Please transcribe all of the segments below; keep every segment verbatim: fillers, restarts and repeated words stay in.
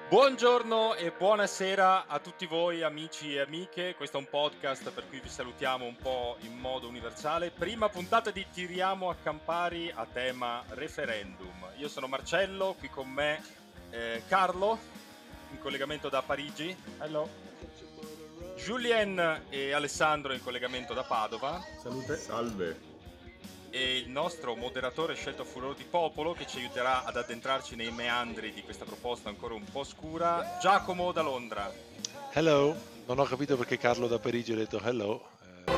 Buongiorno e buonasera a tutti voi amici e amiche, questo è un podcast per cui vi salutiamo un po' in modo universale. Prima puntata di Tiriamo a Campari a tema referendum. Io sono Marcello, qui con me eh, Carlo, in collegamento da Parigi. Hello. Julien e Alessandro in collegamento da Padova. Salute. Salve. E il nostro moderatore scelto a furor di popolo che ci aiuterà ad addentrarci nei meandri di questa proposta ancora un po' scura, Giacomo da Londra. Hello, non ho capito perché Carlo da Parigi ha detto hello.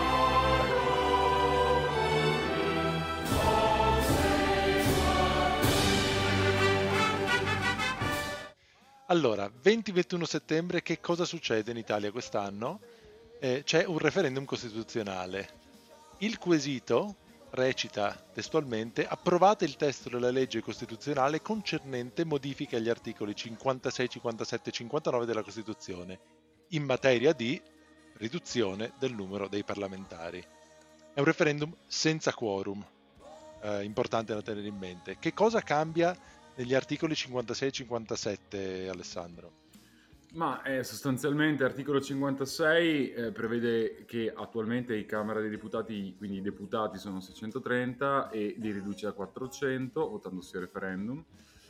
Allora, venti ventuno settembre, che cosa succede in Italia quest'anno? Eh, c'è un referendum costituzionale. Il quesito recita testualmente: approvate il testo della legge costituzionale concernente modifiche agli articoli cinquantasei, cinquantasette e cinquantanove della Costituzione in materia di riduzione del numero dei parlamentari. È un referendum senza quorum, eh, importante da tenere in mente. Che cosa cambia negli articoli cinquantasei e cinquantasette, Alessandro? Ma eh, sostanzialmente l'articolo cinquantasei eh, prevede che attualmente in Camera dei Deputati, quindi i deputati sono seicentotrenta e li riduce a quattrocento votandosi al referendum.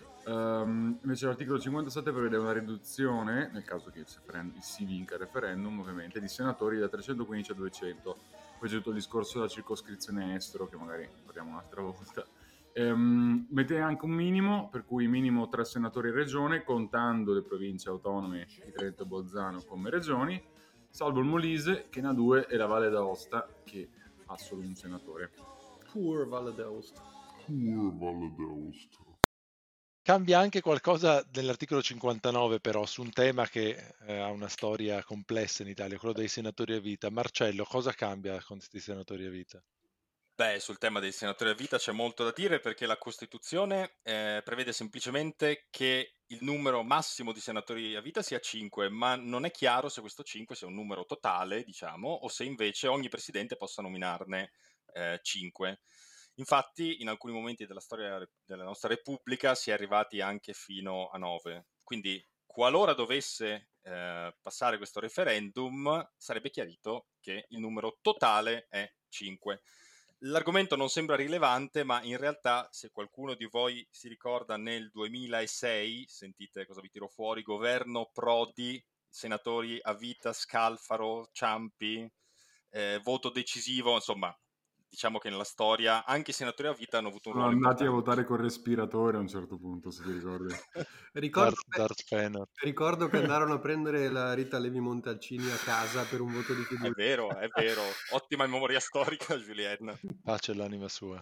Um, invece l'articolo cinquantasette prevede una riduzione, nel caso che si vinca il referendum ovviamente, di senatori da trecentoquindici a duecento. Poi c'è tutto il discorso della circoscrizione estero, che magari parliamo un'altra volta. Um, mette anche un minimo, per cui minimo tre senatori in regione, contando le province autonome di Trento e Bolzano come regioni, salvo il Molise che ne ha due e la Valle d'Aosta che ha solo un senatore. Poor Valle d'Aosta. Poor Valle d'Aosta. Cambia anche qualcosa nell'articolo cinquantanove però su un tema che eh, ha una storia complessa in Italia, quello dei senatori a vita. Marcello, cosa cambia con questi senatori a vita? Beh, sul tema dei senatori a vita c'è molto da dire perché la Costituzione eh, prevede semplicemente che il numero massimo di senatori a vita sia cinque, ma non è chiaro se questo cinque sia un numero totale, diciamo, o se invece ogni presidente possa nominarne eh, cinque. Infatti, in alcuni momenti della storia della nostra Repubblica si è arrivati anche fino a nove. Quindi, qualora dovesse eh, passare questo referendum, sarebbe chiarito che il numero totale è cinque. L'argomento non sembra rilevante, ma in realtà, se qualcuno di voi si ricorda, nel duemilasei, sentite cosa vi tiro fuori, governo Prodi, senatori a vita, Scalfaro, Ciampi, eh, voto decisivo, insomma, diciamo che nella storia anche i senatori a vita hanno avuto un Sono ruolo andati importante. a votare col respiratore a un certo punto, se ti ricordi. ricordo, Darth, Darth Vader. ricordo che andarono a prendere la Rita Levi Montalcini a casa per un voto di fiducia. È vero, è vero. Ottima memoria storica, Julien. Pace all'anima sua.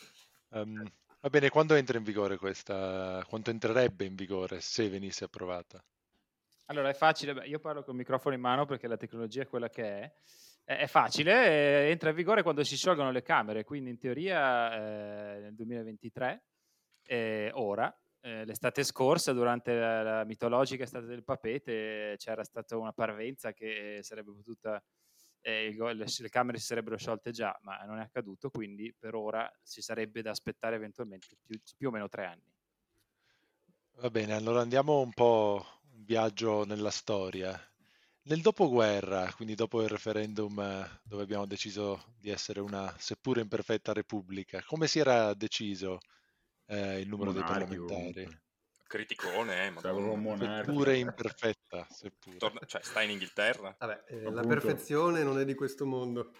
Um, va bene, quando entra in vigore questa? Quanto entrerebbe in vigore se venisse approvata? Allora è facile, beh, io parlo con il microfono in mano perché la tecnologia è quella che è. È facile, eh, entra in vigore quando si sciolgono le Camere, quindi in teoria eh, nel duemilaventitré, eh, ora, eh, l'estate scorsa, durante la, la mitologica estate del Papete, c'era stata una parvenza che sarebbe potuta, eh, le, le Camere si sarebbero sciolte già, ma non è accaduto, quindi per ora ci sarebbe da aspettare eventualmente più, più o meno tre anni. Va bene, allora andiamo un po' un viaggio nella storia. Nel dopoguerra, quindi dopo il referendum eh, dove abbiamo deciso di essere una seppure imperfetta repubblica, come si era deciso eh, il numero dei Monarchico, parlamentari? comunque. Criticone, eh, Stavo madonna. con monarchico. Seppure imperfetta, seppure. Torna- cioè, sta in Inghilterra. Vabbè, eh, la Appunto. perfezione non è di questo mondo.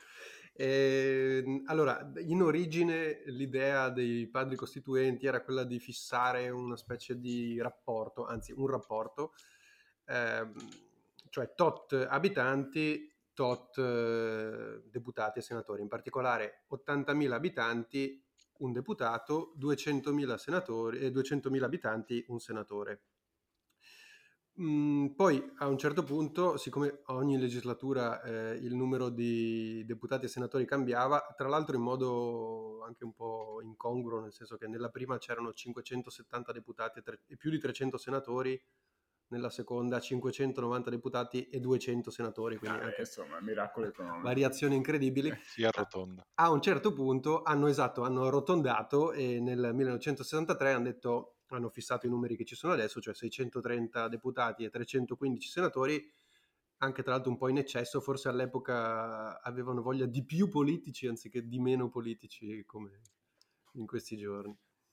Eh, allora, in origine l'idea dei padri costituenti era quella di fissare una specie di rapporto, anzi un rapporto, ehm, cioè tot abitanti, tot eh, deputati e senatori, in particolare ottantamila abitanti, un deputato, duecentomila senatori e duecentomila abitanti, un senatore. Mm, poi a un certo punto, siccome ogni legislatura eh, il numero di deputati e senatori cambiava, tra l'altro in modo anche un po' incongruo, nel senso che nella prima c'erano cinquecentosettanta deputati e, tre- e più di trecento senatori, nella seconda cinquecentonovanta deputati e duecento senatori, quindi Ah, anche insomma, miracolo economico. variazioni incredibili. Si arrotonda. A un certo punto hanno esatto, hanno arrotondato e nel millenovecentosessantatré hanno detto hanno fissato i numeri che ci sono adesso, cioè seicentotrenta deputati e trecentoquindici senatori, anche tra l'altro un po' in eccesso, forse all'epoca avevano voglia di più politici anziché di meno politici come in questi giorni.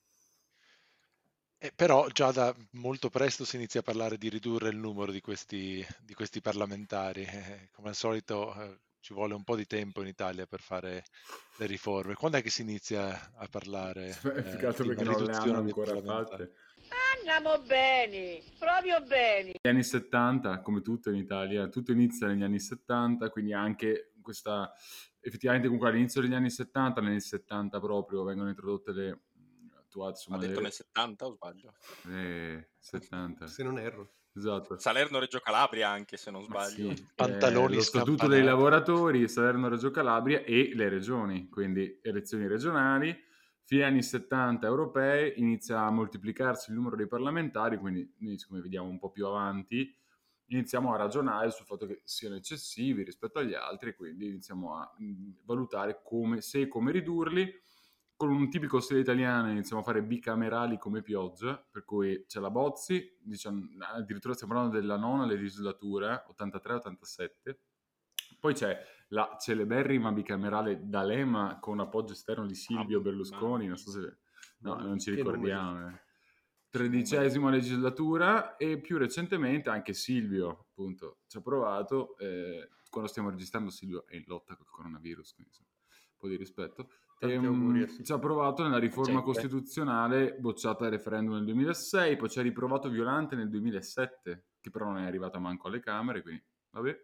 Eh, però già da molto presto si inizia a parlare di ridurre il numero di questi, di questi parlamentari. Eh, come al solito eh, ci vuole un po' di tempo in Italia per fare le riforme. Quando è che si inizia a parlare È eh, più che altro di una perché non le hanno riduzione dei ancora parlamentari? fatte. Andiamo bene, proprio bene. Negli anni settanta, come tutto in Italia, tutto inizia negli anni settanta, quindi anche questa, effettivamente comunque all'inizio degli anni settanta, negli settanta proprio, vengono introdotte le attuate, Ha insomma, detto le, nel settanta o sbaglio? eh, settanta, Se non erro. esatto. Salerno-Reggio Calabria anche, se non Ma sbaglio. sì, Pantaloni eh, lo statuto scampanati. dei lavoratori, Salerno-Reggio Calabria e le regioni, quindi elezioni regionali. Fine anni settanta europee, inizia a moltiplicarsi il numero dei parlamentari, quindi noi, come vediamo un po' più avanti, iniziamo a ragionare sul fatto che siano eccessivi rispetto agli altri, quindi iniziamo a mh, valutare come, se e come ridurli. Con un tipico stile italiano iniziamo a fare bicamerali come pioggia, per cui c'è la Bozzi, diciamo, addirittura stiamo parlando della nona legislatura, ottantatré ottantasette, poi c'è la celeberrima bicamerale D'Alema con appoggio esterno di Silvio Mamma Berlusconi, non mia. so se... No, Mamma non ci che numeri. ricordiamo. eh. Che numeri. Tredicesima legislatura e più recentemente anche Silvio, appunto, ci ha provato. Eh, quando stiamo registrando Silvio è in lotta col coronavirus, quindi insomma, un po' di rispetto. Tanti Ehm, auguri a Silvio. ci ha provato nella riforma Gente. costituzionale bocciata al referendum nel duemilasei, poi ci ha riprovato Violante nel duemilasette, che però non è arrivata manco alle Camere, quindi vabbè.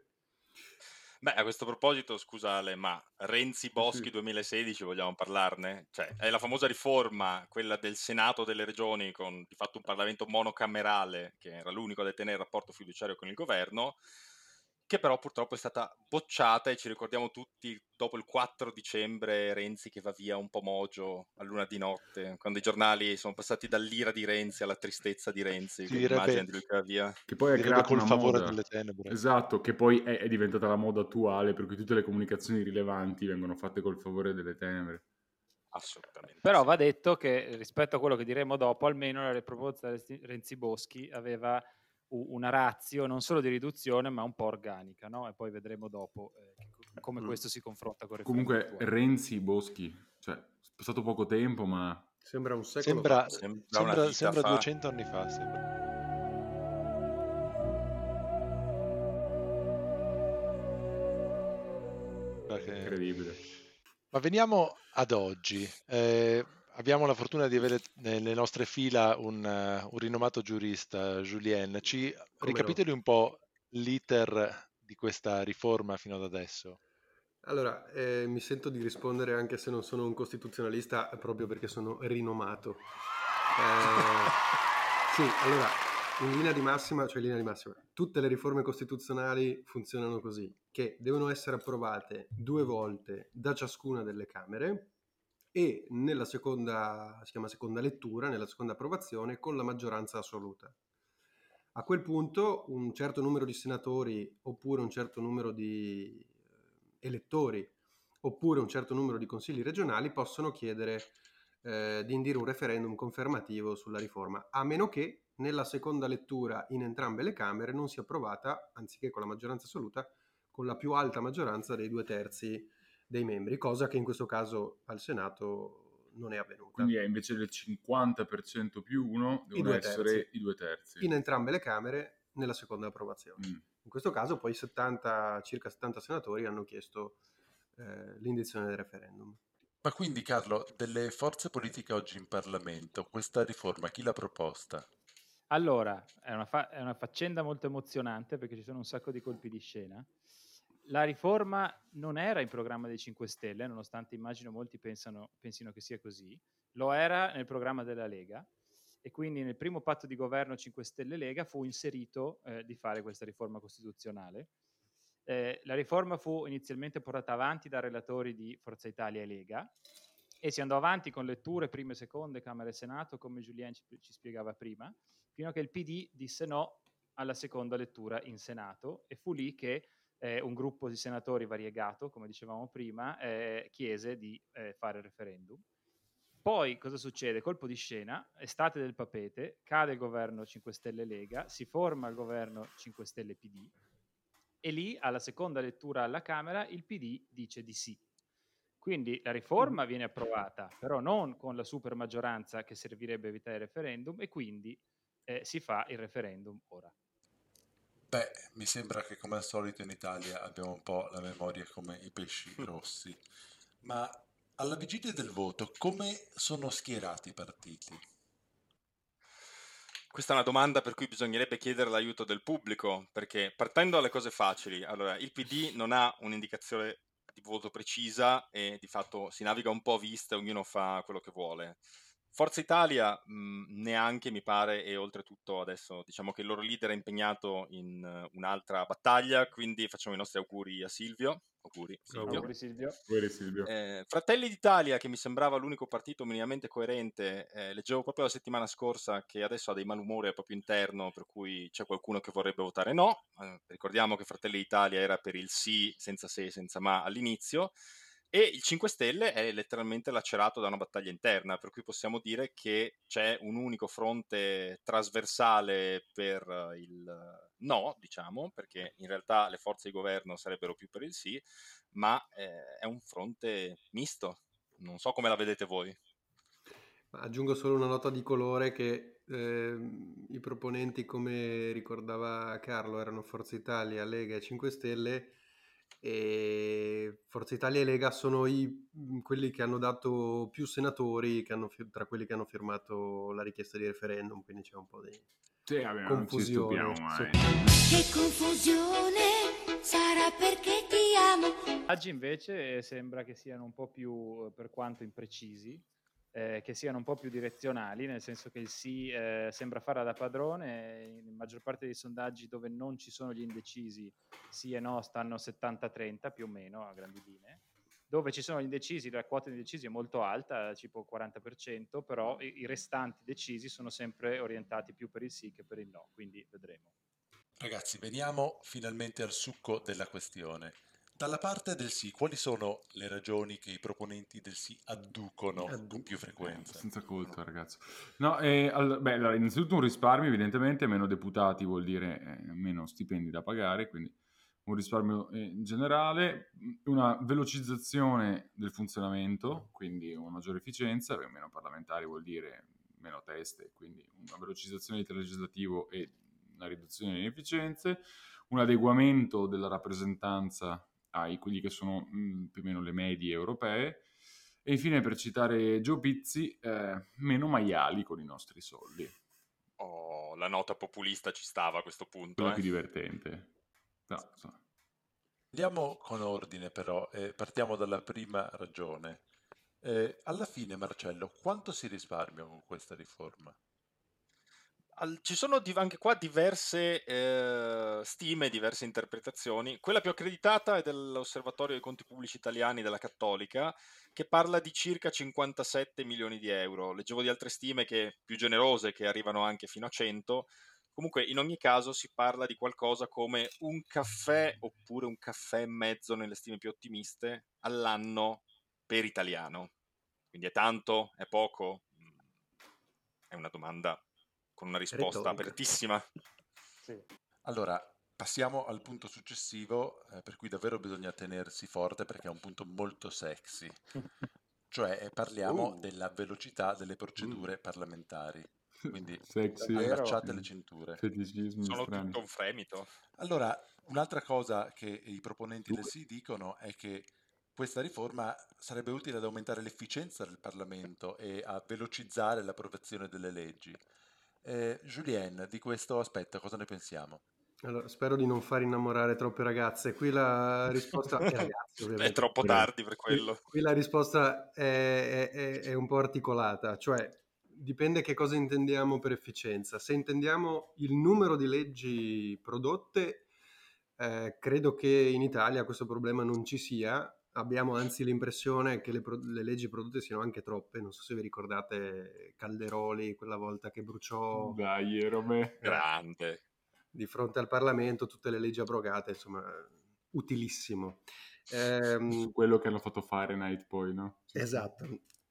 Beh, a questo proposito, scusa Ale, ma Renzi-Boschi Sì. duemilasedici vogliamo parlarne? Cioè, è la famosa riforma, quella del Senato delle Regioni, con di fatto un Parlamento monocamerale, che era l'unico a detenere il rapporto fiduciario con il governo, che però purtroppo è stata bocciata e ci ricordiamo tutti dopo il quattro dicembre Renzi che va via un po' mogio a luna di notte, quando i giornali sono passati dall'ira di Renzi alla tristezza di Renzi, Si con l'immagine direbbe, di lui che va via. Che poi si ha direbbe creato col una favore moda. delle tenebre. Esatto, che poi è, è diventata la moda attuale, per cui tutte le comunicazioni rilevanti vengono fatte col favore delle tenebre. Assolutamente. Però sì. va detto che rispetto a quello che diremo dopo, almeno la proposta di Renzi-Boschi aveva u- una ratio non solo di riduzione, ma un po' organica, no? E poi vedremo dopo eh, che co- come Mm. questo si confronta con il referendum Comunque attuale. Renzi Boschi, cioè è passato poco tempo, ma Sembra un secolo Sembra, fa. Sembra una sembra, vita sembra fa. duecento anni fa. Sembra. Perché- incredibile. Ma veniamo ad oggi. Eh, abbiamo la fortuna di avere nelle nostre fila un, eh, un rinomato giurista, Julien. Ci Come ricapitoli un po' l'iter di questa riforma fino ad adesso. Allora, eh, mi sento di rispondere anche se non sono un costituzionalista, proprio perché sono rinomato. Eh, sì, allora, in linea di massima, cioè in linea di massima, tutte le riforme costituzionali funzionano così, che devono essere approvate due volte da ciascuna delle Camere e nella seconda, si chiama seconda lettura, nella seconda approvazione, con la maggioranza assoluta. A quel punto un certo numero di senatori oppure un certo numero di elettori oppure un certo numero di consigli regionali possono chiedere eh, di indire un referendum confermativo sulla riforma, a meno che nella seconda lettura in entrambe le Camere non sia approvata, anziché con la maggioranza assoluta, con la più alta maggioranza dei due terzi dei membri, cosa che in questo caso al Senato non è avvenuta. Quindi è invece del cinquanta per cento più uno, devono due essere terzi. i due terzi. In entrambe le Camere nella seconda approvazione. Mm. In questo caso poi settanta, circa settanta senatori hanno chiesto eh, l'indizione del referendum. Ma quindi, Carlo, delle forze politiche oggi in Parlamento, questa riforma chi l'ha proposta? Allora, è una, fa- è una faccenda molto emozionante perché ci sono un sacco di colpi di scena. La riforma non era in programma dei cinque Stelle, nonostante immagino molti pensano, pensino che sia così. Lo era nel programma della Lega e quindi nel primo patto di governo cinque Stelle Lega fu inserito eh, di fare questa riforma costituzionale. Eh, la riforma fu inizialmente portata avanti da relatori di Forza Italia e Lega e si andò avanti con letture prime e seconde, Camera e Senato, come Julien ci, ci spiegava prima, fino a che il P D disse no alla seconda lettura in Senato e fu lì che eh, un gruppo di senatori variegato, come dicevamo prima, eh, chiese di eh, fare il referendum. Poi cosa succede? Colpo di scena, estate del Papete, cade il governo cinque Stelle Lega, si forma il governo cinque Stelle P D e lì alla seconda lettura alla Camera il P D dice di sì. Quindi la riforma viene approvata, però non con la super maggioranza che servirebbe a evitare il referendum e quindi eh, si fa il referendum ora. Beh, mi sembra che come al solito in Italia abbiamo un po' la memoria come i pesci rossi, ma alla vigilia del voto come sono schierati i partiti? Questa è una domanda per cui bisognerebbe chiedere l'aiuto del pubblico, perché partendo dalle cose facili, allora il P D non ha un'indicazione di voto precisa e di fatto si naviga un po' a vista e ognuno fa quello che vuole. Forza Italia mh, neanche mi pare, e oltretutto adesso diciamo che il loro leader è impegnato in uh, un'altra battaglia, quindi facciamo i nostri auguri a Silvio. Auguri Silvio. Auguri Silvio. Auguri, Silvio. Eh, Fratelli d'Italia, che mi sembrava l'unico partito minimamente coerente, eh, leggevo proprio la settimana scorsa che adesso ha dei malumori al proprio interno, per cui c'è qualcuno che vorrebbe votare no. Eh, ricordiamo che Fratelli d'Italia era per il sì senza se, senza ma all'inizio, e il cinque Stelle è letteralmente lacerato da una battaglia interna, per cui possiamo dire che c'è un unico fronte trasversale per il no, diciamo, perché in realtà le forze di governo sarebbero più per il sì, ma eh, è un fronte misto. Non so come la vedete voi. Aggiungo solo una nota di colore che ehm, i proponenti, come ricordava Carlo, erano Forza Italia, Lega e cinque Stelle, e Forza Italia e Lega sono i, quelli che hanno dato più senatori che hanno, tra quelli che hanno firmato la richiesta di referendum, quindi c'è un po' di Sì, vabbè, non ci confusione. stupiamo mai. Che confusione, sarà perché ti amo. Oggi invece sembra che siano un po' più, per quanto imprecisi, eh, che siano un po' più direzionali, nel senso che il sì eh, sembra farla da padrone. In maggior parte dei sondaggi dove non ci sono gli indecisi, sì e no stanno settanta trenta più o meno a grandi linee. Dove ci sono gli indecisi, la quota di indecisi è molto alta, tipo quaranta per cento, però i, i restanti decisi sono sempre orientati più per il sì che per il no, quindi vedremo. Ragazzi, veniamo finalmente al succo della questione. Dalla parte del sì, quali sono le ragioni che i proponenti del sì adducono Addu- con più Eh, frequenza? senza colto, ragazzo. No, eh, all- beh, allora, innanzitutto un risparmio, evidentemente, meno deputati vuol dire eh, meno stipendi da pagare, quindi un risparmio eh, in generale, una velocizzazione del funzionamento, quindi una maggiore efficienza, perché meno parlamentari vuol dire meno teste, quindi una velocizzazione del legislativo e una riduzione delle inefficienze, un adeguamento della rappresentanza ai quelli che sono mh, più o meno le medie europee. E infine, per citare Gio Pizzi, eh, meno maiali con i nostri soldi. Oh, la nota populista ci stava a questo punto. Quello Eh. più divertente. No, so. Andiamo con ordine però, e partiamo dalla prima ragione. Eh, alla fine, Marcello, quanto si risparmia con questa riforma? Al- ci sono di- anche qua diverse eh, stime, diverse interpretazioni. Quella più accreditata è dell'Osservatorio dei Conti Pubblici Italiani della Cattolica, che parla di circa cinquantasette milioni di euro. Leggevo di altre stime che, più generose, che arrivano anche fino a cento. Comunque, in ogni caso, si parla di qualcosa come un caffè oppure un caffè e mezzo nelle stime più ottimiste all'anno per italiano. Quindi è tanto? È poco? Mm, È una domanda con una risposta Retorica. apertissima. Sì. Allora, passiamo al punto successivo, eh, per cui davvero bisogna tenersi forte perché è un punto molto sexy. Cioè, eh, parliamo Uh. della velocità delle procedure parlamentari. Quindi Sexy. Davvero? allacciate le cinture. Feticismi Sono strani. tutto un fremito. Allora, un'altra cosa che i proponenti del Due. sì dicono è che questa riforma sarebbe utile ad aumentare l'efficienza del Parlamento e a velocizzare l'approvazione delle leggi. Eh, Julien, di questo aspetto cosa ne pensiamo? Allora, spero di non far innamorare troppe ragazze. Qui la risposta è ragazzi, È ovviamente. troppo tardi per Qui, quello. qui la risposta è, è- è un po' articolata, cioè dipende che cosa intendiamo per efficienza. Se intendiamo il numero di leggi prodotte, eh, credo che in Italia questo problema non ci sia. Abbiamo anzi l'impressione che le, pro- le leggi prodotte siano anche troppe. Non so se vi ricordate Calderoli, quella volta che bruciò Dai, Rome. Grande. di fronte al Parlamento tutte le leggi abrogate, insomma, utilissimo. Ehm, Su quello che hanno fatto Fahrenheit poi, no? Sì, sì. esatto.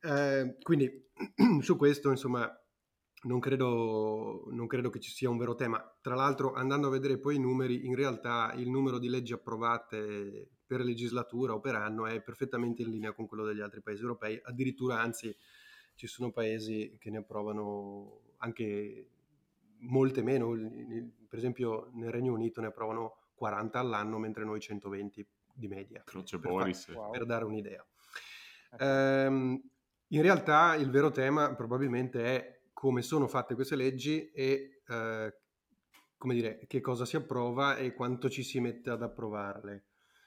Eh, quindi su questo, insomma, non credo, non credo che ci sia un vero tema. Tra l'altro, andando a vedere poi i numeri, in realtà il numero di leggi approvate per legislatura o per anno è perfettamente in linea con quello degli altri paesi europei, addirittura anzi ci sono paesi che ne approvano anche molte meno, per esempio nel Regno Unito ne approvano quaranta all'anno, mentre noi centoventi di media, Croce per, fa- Boris. Wow. per dare un'idea. Ecco. Ehm, in realtà il vero tema probabilmente è come sono fatte queste leggi e eh, come dire, che cosa si approva e quanto ci si mette ad approvarle.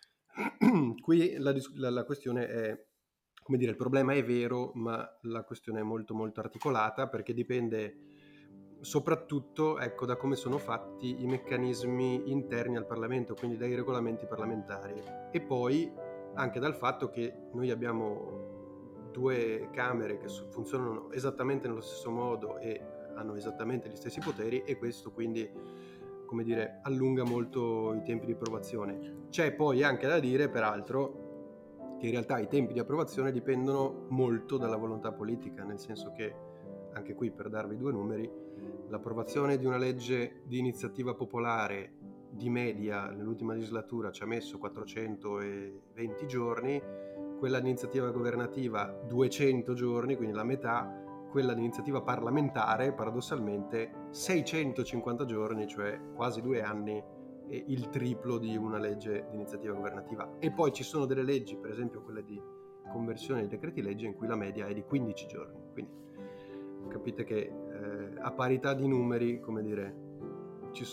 Qui la, dis- la- la questione è, come dire, il problema è vero, ma la questione è molto molto articolata perché dipende soprattutto, ecco, da come sono fatti i meccanismi interni al Parlamento, quindi dai regolamenti parlamentari, e poi anche dal fatto che noi abbiamo due camere che su- funzionano esattamente nello stesso modo e hanno esattamente gli stessi poteri, e questo quindi, come dire, allunga molto i tempi di approvazione. C'è poi anche da dire, peraltro, che in realtà i tempi di approvazione dipendono molto dalla volontà politica, nel senso che, anche qui per darvi due numeri, l'approvazione di una legge di iniziativa popolare di media nell'ultima legislatura ci ha messo quattrocentoventi giorni, quella di iniziativa governativa duecento giorni, quindi la metà, quella di iniziativa parlamentare paradossalmente seicentocinquanta giorni, cioè quasi due anni, e il triplo di una legge di iniziativa governativa. E poi ci sono delle leggi, per esempio quelle di conversione dei decreti legge, in cui la media è di quindici giorni. Quindi capite che eh, a parità di numeri, come dire, ci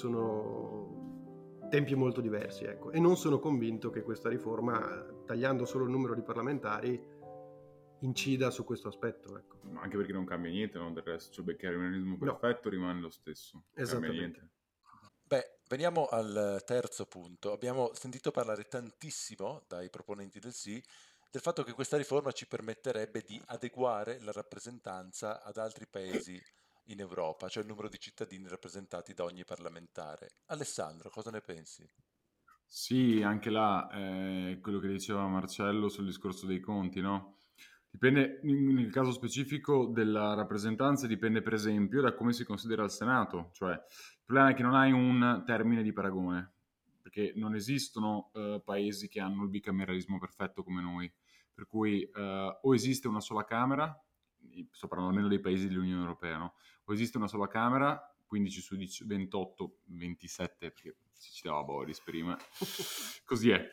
sono tempi molto diversi, ecco. E non sono convinto che questa riforma, tagliando solo il numero di parlamentari, incida su questo aspetto, ecco. Ma anche perché non cambia niente, no? Del resto, cioè beccare un meccanismo No. perfetto rimane lo stesso, non cambia Esattamente. niente. Beh, veniamo al terzo punto. Abbiamo sentito parlare tantissimo dai proponenti del sì del fatto che questa riforma ci permetterebbe di adeguare la rappresentanza ad altri paesi in Europa, cioè il numero di cittadini rappresentati da ogni parlamentare. Alessandro, cosa ne pensi? Sì, anche là, eh, quello che diceva Marcello sul discorso dei conti, no? Dipende, in- nel caso specifico della rappresentanza, dipende per esempio da come si considera il Senato, cioè il problema è che non hai un termine di paragone, perché non esistono eh, paesi che hanno il bicameralismo perfetto come noi, per cui eh, o esiste una sola Camera, sto parlando almeno dei paesi dell'Unione Europea, no? O esiste una sola Camera, quindici su ventotto, ventisette, perché si citava Boris prima, così è.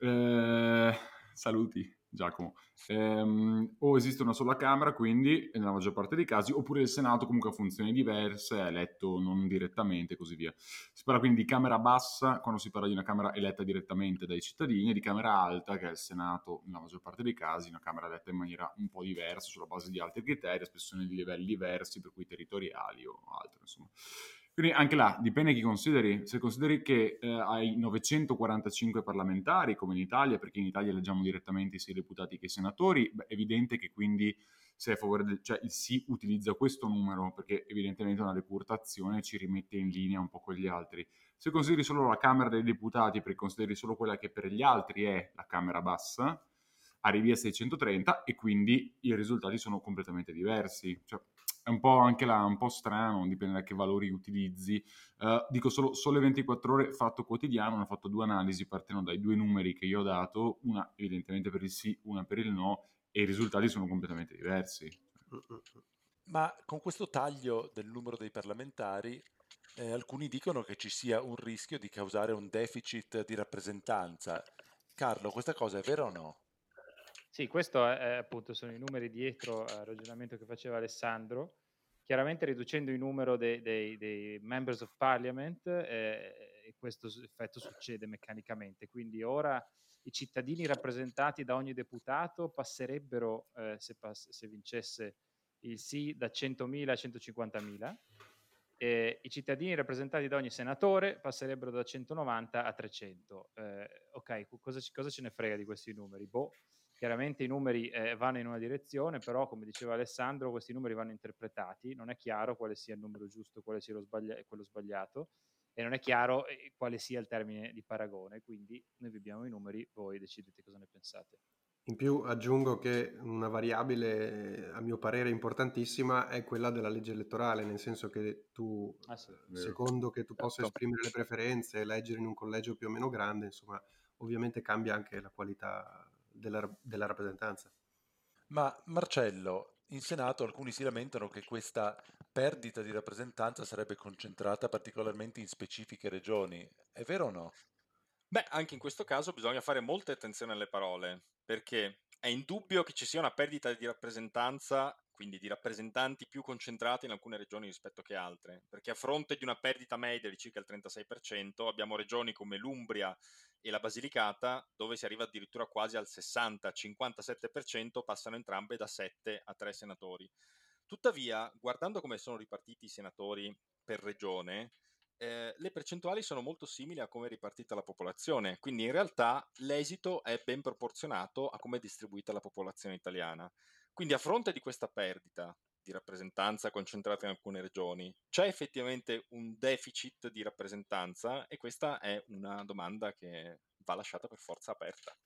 Eh, saluti Giacomo. Ehm, o esiste una sola Camera, quindi nella maggior parte dei casi, oppure il Senato comunque ha funzioni diverse, è eletto non direttamente e così via. Si parla quindi di Camera bassa quando si parla di una Camera eletta direttamente dai cittadini, e di Camera alta, che è il Senato nella maggior parte dei casi, una Camera eletta in maniera un po' diversa, sulla base di altri criteri, espressione di livelli diversi, per cui territoriali o altro, insomma. Quindi anche là dipende chi consideri. Se consideri che eh, hai novecentoquarantacinque parlamentari, come in Italia, perché in Italia eleggiamo direttamente sia i deputati che i senatori, beh, è evidente che quindi se a favore del, cioè il sì utilizza questo numero, perché evidentemente una decurtazione ci rimette in linea un po' con gli altri. Se consideri solo la Camera dei Deputati, perché consideri solo quella che per gli altri è la Camera bassa, arrivi a seicentotrenta e quindi i risultati sono completamente diversi. Cioè, è un po' anche là, un po' strano, dipende da che valori utilizzi. Uh, dico solo Sole ventiquattro Ore, Fatto Quotidiano, hanno fatto due analisi partendo dai due numeri che io ho dato, una evidentemente per il sì, una per il no, e i risultati sono completamente diversi. Ma con questo taglio del numero dei parlamentari, eh, alcuni dicono che ci sia un rischio di causare un deficit di rappresentanza. Carlo, questa cosa è vera o no? Sì, questo è, è appunto sono i numeri dietro al ragionamento che faceva Alessandro. Chiaramente riducendo il numero dei, dei, dei members of parliament, eh, questo effetto succede meccanicamente. Quindi ora i cittadini rappresentati da ogni deputato passerebbero, eh, se, pass- se vincesse il sì, da centomila a centocinquantamila. Eh, I cittadini rappresentati da ogni senatore passerebbero da centonovanta a trecento. Eh, ok, cosa, cosa ce ne frega di questi numeri? Boh, chiaramente i numeri eh, vanno in una direzione, però come diceva Alessandro, questi numeri vanno interpretati, non è chiaro quale sia il numero giusto, quale sia lo sbaglia- quello sbagliato, e non è chiaro eh, quale sia il termine di paragone, quindi noi vi abbiamo i numeri, voi decidete cosa ne pensate. In più aggiungo che una variabile, a mio parere importantissima, è quella della legge elettorale, nel senso che tu, Ah, sì. eh, secondo che tu possa Certo. esprimere le preferenze e leggere in un collegio più o meno grande, insomma, ovviamente cambia anche la qualità della, della rappresentanza. Ma Marcello, in Senato alcuni si lamentano che questa perdita di rappresentanza sarebbe concentrata particolarmente in specifiche regioni. È vero o no? Beh, anche in questo caso bisogna fare molta attenzione alle parole, perché è indubbio che ci sia una perdita di rappresentanza, quindi di rappresentanti più concentrati in alcune regioni rispetto che altre, perché a fronte di una perdita media di circa il trentasei per cento abbiamo regioni come l'Umbria e la Basilicata dove si arriva addirittura quasi al sessanta cinquantasette per cento, passano entrambe da sette a tre senatori. Tuttavia, guardando come sono ripartiti i senatori per regione, eh, le percentuali sono molto simili a come è ripartita la popolazione, quindi in realtà l'esito è ben proporzionato a come è distribuita la popolazione italiana. Quindi a fronte di questa perdita di rappresentanza concentrata in alcune regioni, c'è effettivamente un deficit di rappresentanza e questa è una domanda che va lasciata per forza aperta.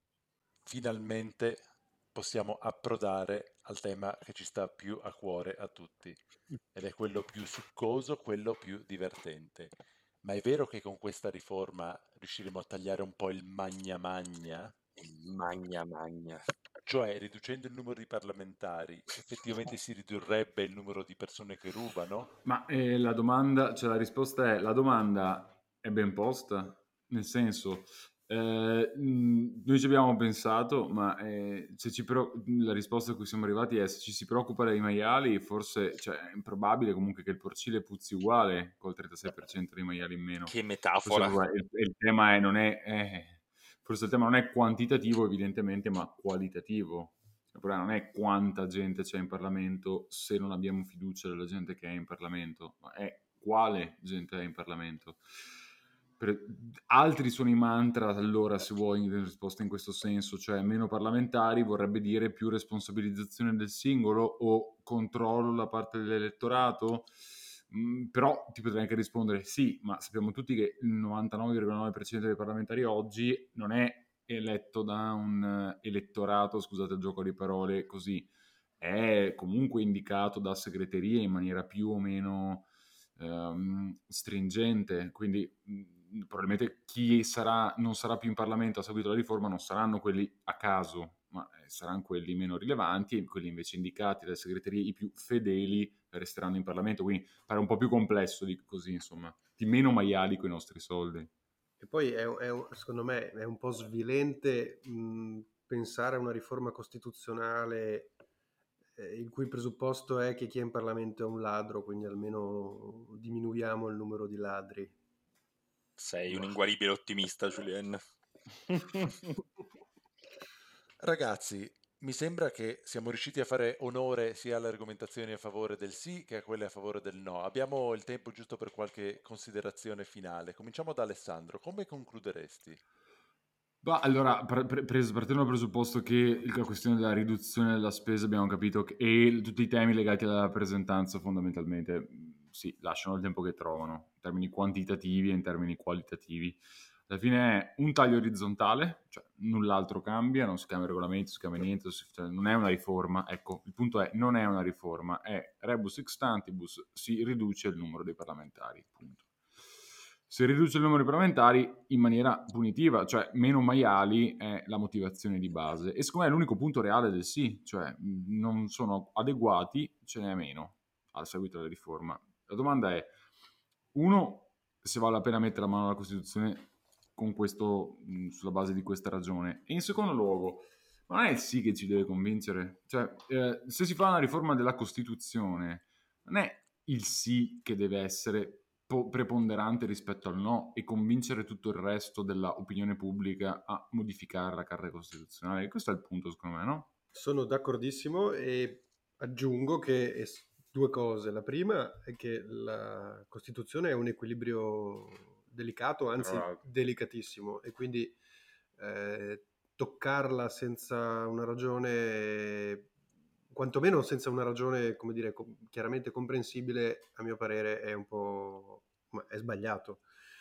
Finalmente possiamo approdare al tema che ci sta più a cuore a tutti, ed è quello più succoso, quello più divertente. Ma è vero che con questa riforma riusciremo a tagliare un po' il magna magna? Magna magna. Cioè, riducendo il numero di parlamentari, effettivamente si ridurrebbe il numero di persone che rubano? Ma eh, la domanda, cioè la risposta è, la domanda è ben posta, nel senso, eh, mh, noi ci abbiamo pensato, ma eh, se ci pro- la risposta a cui siamo arrivati è se ci si preoccupa dei maiali, forse cioè, è improbabile comunque che il porcile puzzi uguale col trentasei per cento dei maiali in meno. Che Forse metafora. proprio il, il tema è, non è, eh, forse il tema non è quantitativo evidentemente, ma qualitativo. Il problema non è quanta gente c'è in Parlamento se non abbiamo fiducia della gente che è in Parlamento, ma è quale gente è in Parlamento. Per, altri sono i mantra, allora, se vuoi, in risposta in questo senso, cioè meno parlamentari vorrebbe dire più responsabilizzazione del singolo o controllo da parte dell'elettorato. Mm, però ti potrei anche rispondere sì, ma sappiamo tutti che il novantanove virgola nove per cento dei parlamentari oggi non è eletto da un elettorato, scusate il gioco di parole, così, è comunque indicato da segreterie in maniera più o meno ehm, stringente, quindi mh, probabilmente chi sarà, non sarà più in Parlamento a seguito della riforma non saranno quelli a caso, ma eh, saranno quelli meno rilevanti e quelli invece indicati dalle segreterie, i più fedeli, resteranno in Parlamento, quindi pare un po' più complesso di così, insomma, di meno maiali con i nostri soldi. E poi è, è un- secondo me è un po' svilente mh, pensare a una riforma costituzionale eh, il cui presupposto è che chi è in Parlamento è un ladro, quindi almeno diminuiamo il numero di ladri. Sei un inguaribile ottimista, Julien. Ragazzi, mi sembra che siamo riusciti a fare onore sia alle argomentazioni a favore del sì che a quelle a favore del no. Abbiamo il tempo giusto per qualche considerazione finale. Cominciamo da Alessandro. Come concluderesti? Bah, allora, pre- pre- pres- partendo dal presupposto che la questione della riduzione della spesa abbiamo capito che, e tutti i temi legati alla rappresentanza fondamentalmente mh, sì, lasciano il tempo che trovano, in termini quantitativi e in termini qualitativi. Alla fine è un taglio orizzontale, cioè null'altro cambia, non si cambia il regolamento, non si cambia niente, si- cioè, non è una riforma, ecco, il punto è non è una riforma, è rebus sic stantibus, si riduce il numero dei parlamentari, punto. Si riduce il numero di parlamentari in maniera punitiva, cioè meno maiali è la motivazione di base. E secondo me è l'unico punto reale del sì, cioè mh, non sono adeguati, ce n'è meno al seguito della riforma. La domanda è, uno, se vale la pena mettere la mano alla Costituzione con questo, mh, sulla base di questa ragione. E in secondo luogo, ma non è il sì che ci deve convincere. Cioè, eh, se si fa una riforma della Costituzione, non è il sì che deve essere po- preponderante rispetto al no e convincere tutto il resto dell'opinione pubblica a modificare la Carta Costituzionale. Questo è il punto, secondo me, no? Sono d'accordissimo e aggiungo che es- due cose. La prima è che la Costituzione è un equilibrio delicato, Tra anzi l'altro. delicatissimo, e quindi eh, toccarla senza una ragione, quantomeno senza una ragione, come dire, com- chiaramente comprensibile, a mio parere è un po' ma è sbagliato.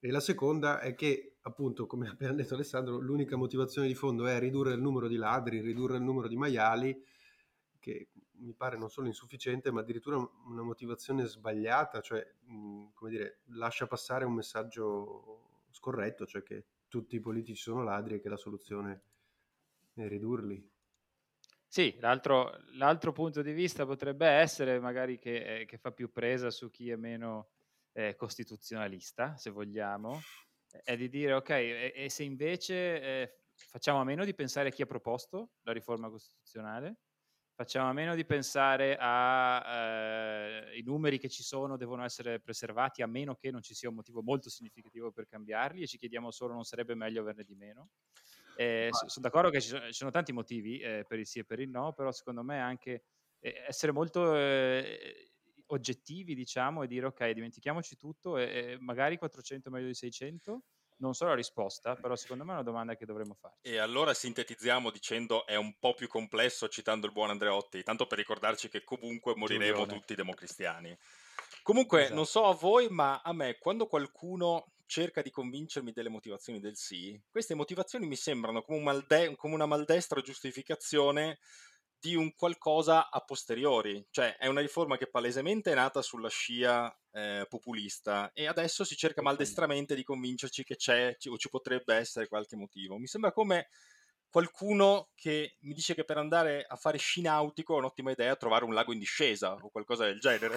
E la seconda è che, appunto, come ha appena detto Alessandro, l'unica motivazione di fondo è ridurre il numero di ladri, ridurre il numero di maiali, che mi pare non solo insufficiente, ma addirittura una motivazione sbagliata, cioè, mh, come dire, lascia passare un messaggio scorretto, cioè che tutti i politici sono ladri e che la soluzione è ridurli. Sì, l'altro, l'altro punto di vista potrebbe essere magari che, eh, che fa più presa su chi è meno eh, costituzionalista, se vogliamo, è di dire ok, e, e se invece eh, facciamo a meno di pensare a chi ha proposto la riforma costituzionale, facciamo a meno di pensare a eh, i numeri che ci sono devono essere preservati a meno che non ci sia un motivo molto significativo per cambiarli, e ci chiediamo solo non sarebbe meglio averne di meno. Eh, so- sono d'accordo che ci sono, ci sono tanti motivi eh, per il sì e per il no, però secondo me anche eh, essere molto eh, oggettivi, diciamo, e dire ok, dimentichiamoci tutto e, e magari quattrocento meglio di seicento, non so la risposta, però secondo me è una domanda che dovremmo farci. E allora sintetizziamo dicendo è un po' più complesso, citando il buon Andreotti, tanto per ricordarci che comunque moriremo Giulione. tutti democristiani. Comunque, Esatto. non so a voi, ma a me, quando qualcuno cerca di convincermi delle motivazioni del sì, queste motivazioni mi sembrano come, un malde- come una maldestra giustificazione di un qualcosa a posteriori. Cioè, è una riforma che palesemente è nata sulla scia eh, populista e adesso si cerca maldestramente di convincerci che c'è ci- o ci potrebbe essere qualche motivo. Mi sembra come qualcuno che mi dice che per andare a fare sci nautico è un'ottima idea trovare un lago in discesa o qualcosa del genere.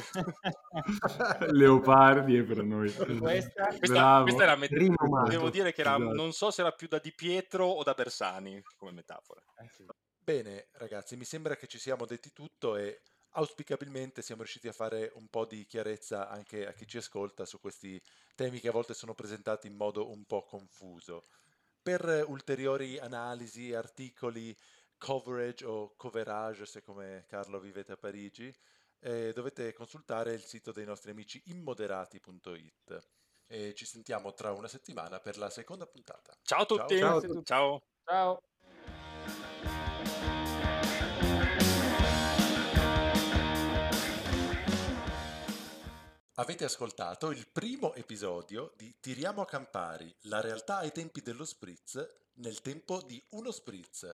Leopardi è per noi. Questa, Questa, Bravo. questa era met- Rinomato. devo dire che era, Esatto. non so se era più da Di Pietro o da Bersani come metafora. Eh sì. Bene, ragazzi, mi sembra che ci siamo detti tutto e auspicabilmente siamo riusciti a fare un po' di chiarezza anche a chi ci ascolta su questi temi che a volte sono presentati in modo un po' confuso. Per ulteriori analisi, articoli, coverage o coverage, se come Carlo vivete a Parigi, eh, dovete consultare il sito dei nostri amici immoderati punto it. E ci sentiamo tra una settimana per la seconda puntata. Ciao a tutti. Ciao a Grazie a tutti. tutti. Ciao. Ciao. Avete ascoltato il primo episodio di Tiriamo a Campari, la realtà ai tempi dello spritz, nel tempo di uno spritz.